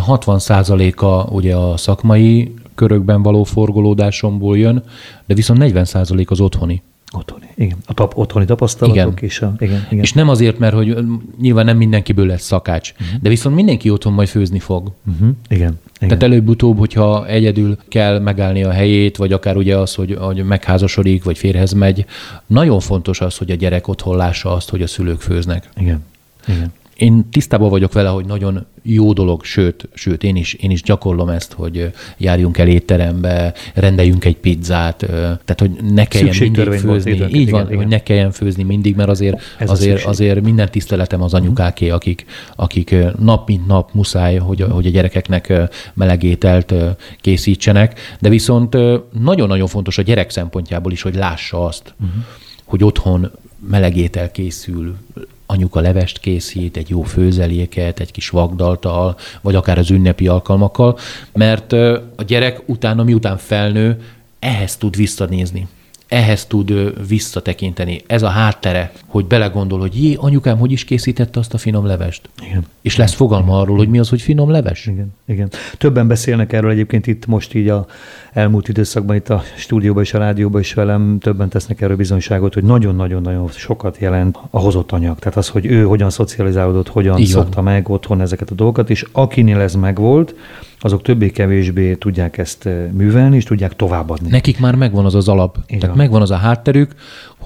60%-a ugye a szakmai körökben való forgolódásomból jön, de viszont 40% az otthoni. Igen. Otthoni tapasztalatok. Igen. Igen. És nem azért, mert hogy nyilván nem mindenkiből lesz szakács, de viszont mindenki otthon majd főzni fog. Igen. Tehát előbb-utóbb, hogyha egyedül kell megállni a helyét, vagy akár ugye az, hogy megházasodik, vagy férjhez megy, nagyon fontos az, hogy a gyerek otthon lássa azt, hogy a szülők főznek. Igen. Én tisztában vagyok vele, hogy nagyon jó dolog, sőt én is gyakorlom ezt, hogy járjunk el étterembe, rendeljünk egy pizzát, tehát hogy ne kelljen mindig főzni. Így van, hogy ne kelljen főzni mindig, mert azért minden tiszteletem az anyukáké, akik nap mint nap muszáj, hogy a gyerekeknek meleg ételt készítsenek, de viszont nagyon-nagyon fontos a gyerek szempontjából is, hogy lássa azt, hogy otthon meleg étel készül, anyuka levest készít, egy jó főzeléket, egy kis vagdalttal, vagy akár az ünnepi alkalmakkal, mert a gyerek utána, miután felnő, ehhez tud visszanézni. Ehhez tud visszatekinteni. Ez a háttere, hogy belegondol, hogy anyukám hogy is készítette azt a finom levest. Igen. És lesz fogalma arról, hogy mi az, hogy finom leves. Igen. Többen beszélnek erről egyébként itt most így a elmúlt időszakban, itt a stúdióban és a rádióban is velem, többen tesznek erről bizonyságot, hogy nagyon-nagyon-nagyon sokat jelent a hozott anyag. Tehát az, hogy ő hogyan szocializálódott, hogyan szokta meg otthon ezeket a dolgokat, és akinél ez megvolt, azok többé-kevésbé tudják ezt művelni, és tudják továbbadni. Nekik már megvan az alap. Tehát megvan az a hátterük,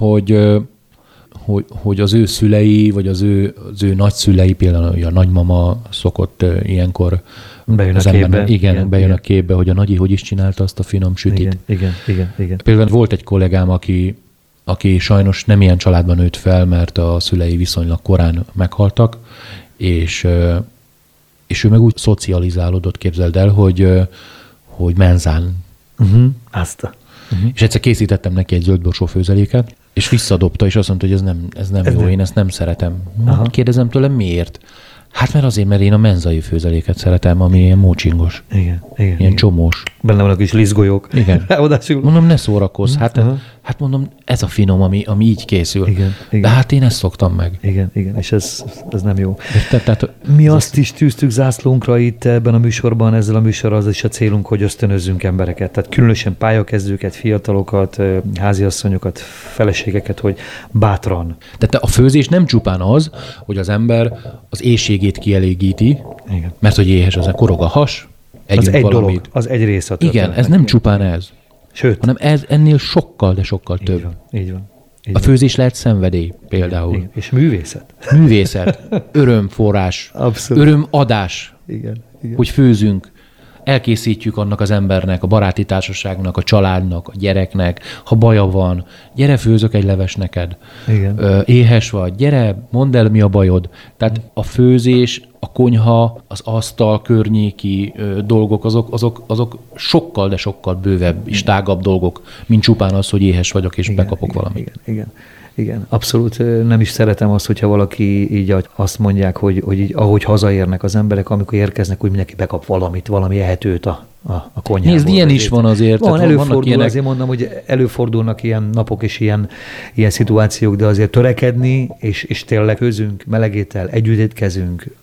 hogy az ő szülei, vagy az ő nagyszülei, például a nagymama szokott ilyenkor bejön a képbe. Bejön a képbe, hogy a nagyi hogy is csinálta azt a finom sütit. Igen. Például volt egy kollégám, aki sajnos nem ilyen családban nőtt fel, mert a szülei viszonylag korán meghaltak, és ő meg úgy szocializálódott, képzeld el, hogy menzán. És egyszer készítettem neki egy zöldborsó főzeléket, és visszadobta, és azt mondta, hogy ez nem jó, én ezt nem szeretem. Kérdezem tőlem, miért? Hát mert azért, mert én a menzai főzeléket szeretem, ami ilyen mócsingos. Igen. Ilyen csomós. Benne vannak is liszgolyók. Igen. Mondom, ne szórakozz. Hát mondom, ez a finom, ami így készül. Igen. De hát én ezt szoktam meg. Igen. És ez nem jó. Tehát, mi azt is tűztük zászlónkra itt ebben a műsorban, ezzel a műsorral az is a célunk, hogy ösztönözzünk embereket. Tehát különösen pályakezdőket, fiatalokat, háziasszonyokat, feleségeket, hogy bátran. Tehát a főzés nem csupán az, hogy az ember az éhségét kielégíti, igen. Mert hogy éhes, az korog a has, az egy valamit. Dolog, az egy része a igen, ez nem csupán ez. Sőt. Hanem ez ennél sokkal, de sokkal több. Így van. A főzés lehet szenvedély például. Igen. És művészet. Örömforrás, örömadás, igen. Hogy főzünk. Elkészítjük annak az embernek, a baráti társaságnak, a családnak, a gyereknek, ha baja van, gyere, főzök egy leves neked. Igen. Éhes vagy, gyere, mondd el, mi a bajod. Tehát a főzés, a konyha, az asztal környéki dolgok, azok sokkal, de sokkal bővebb és tágabb dolgok, mint csupán az, hogy éhes vagyok és bekapok valamit. Igen, abszolút nem is szeretem azt, hogyha valaki így azt mondják, hogy így, ahogy hazaérnek az emberek, amikor érkeznek, úgy mindenki bekap valamit, valami ehetőt a konyhából. Nézd, ilyen is van azért. Előfordul, azért mondom, hogy előfordulnak ilyen napok és ilyen szituációk, de azért törekedni, és tényleg főzünk, melegétel, együtt étkezünk,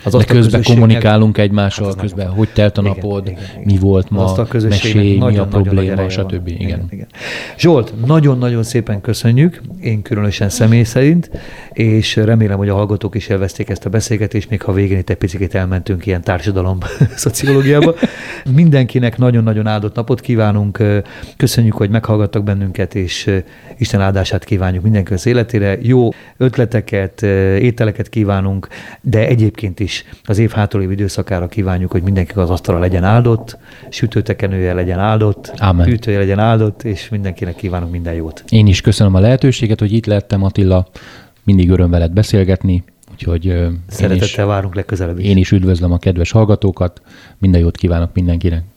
De közben kommunikálunk egymással, közben hogy telt a napod, mi volt ma, mesélj, mi a probléma, stb. Igen. Zsolt, nagyon-nagyon szépen köszönjük, én különösen személy szerint, és remélem, hogy a hallgatók is élvezték ezt a beszélgetést, még ha végén itt egy picit elmentünk ilyen társadalom szociológiába. Mindenkinek nagyon-nagyon áldott napot kívánunk, köszönjük, hogy meghallgattak bennünket, és Isten áldását kívánjuk mindenki az életére. Jó ötleteket, ételeket kívánunk, de egyébként is az év hátralévő időszakára kívánjuk, hogy mindenki az asztalra legyen áldott, sütőtekenője legyen áldott, Amen. Hűtője legyen áldott, és mindenkinek kívánunk minden jót. Én is köszönöm a lehetőséget, hogy itt lettem, Attila. Mindig öröm veled beszélgetni, úgyhogy szeretettel várunk legközelebb is. Én is üdvözlöm a kedves hallgatókat, minden jót kívánok mindenkinek.